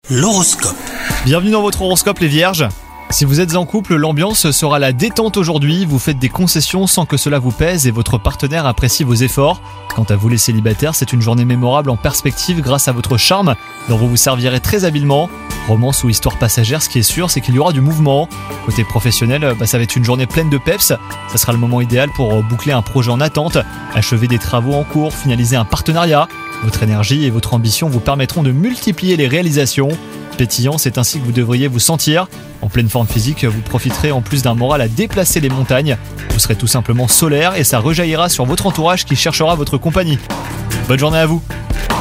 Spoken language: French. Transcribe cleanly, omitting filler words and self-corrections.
L'horoscope. Bienvenue dans votre horoscope les vierges. Si vous êtes en couple, l'ambiance sera la détente aujourd'hui, vous faites des concessions sans que cela vous pèse et votre partenaire apprécie vos efforts. Quant à vous les célibataires, c'est une journée mémorable en perspective grâce à votre charme dont vous vous servirez très habilement. Romance ou histoire passagère, ce qui est sûr, c'est qu'il y aura du mouvement. Côté professionnel, ça va être une journée pleine de peps. Ça sera le moment idéal pour boucler un projet en attente, achever des travaux en cours, finaliser un partenariat. Votre énergie et votre ambition vous permettront de multiplier les réalisations. Pétillant, c'est ainsi que vous devriez vous sentir. En pleine forme physique, vous profiterez en plus d'un moral à déplacer les montagnes. Vous serez tout simplement solaire et ça rejaillira sur votre entourage qui cherchera votre compagnie. Bonne journée à vous!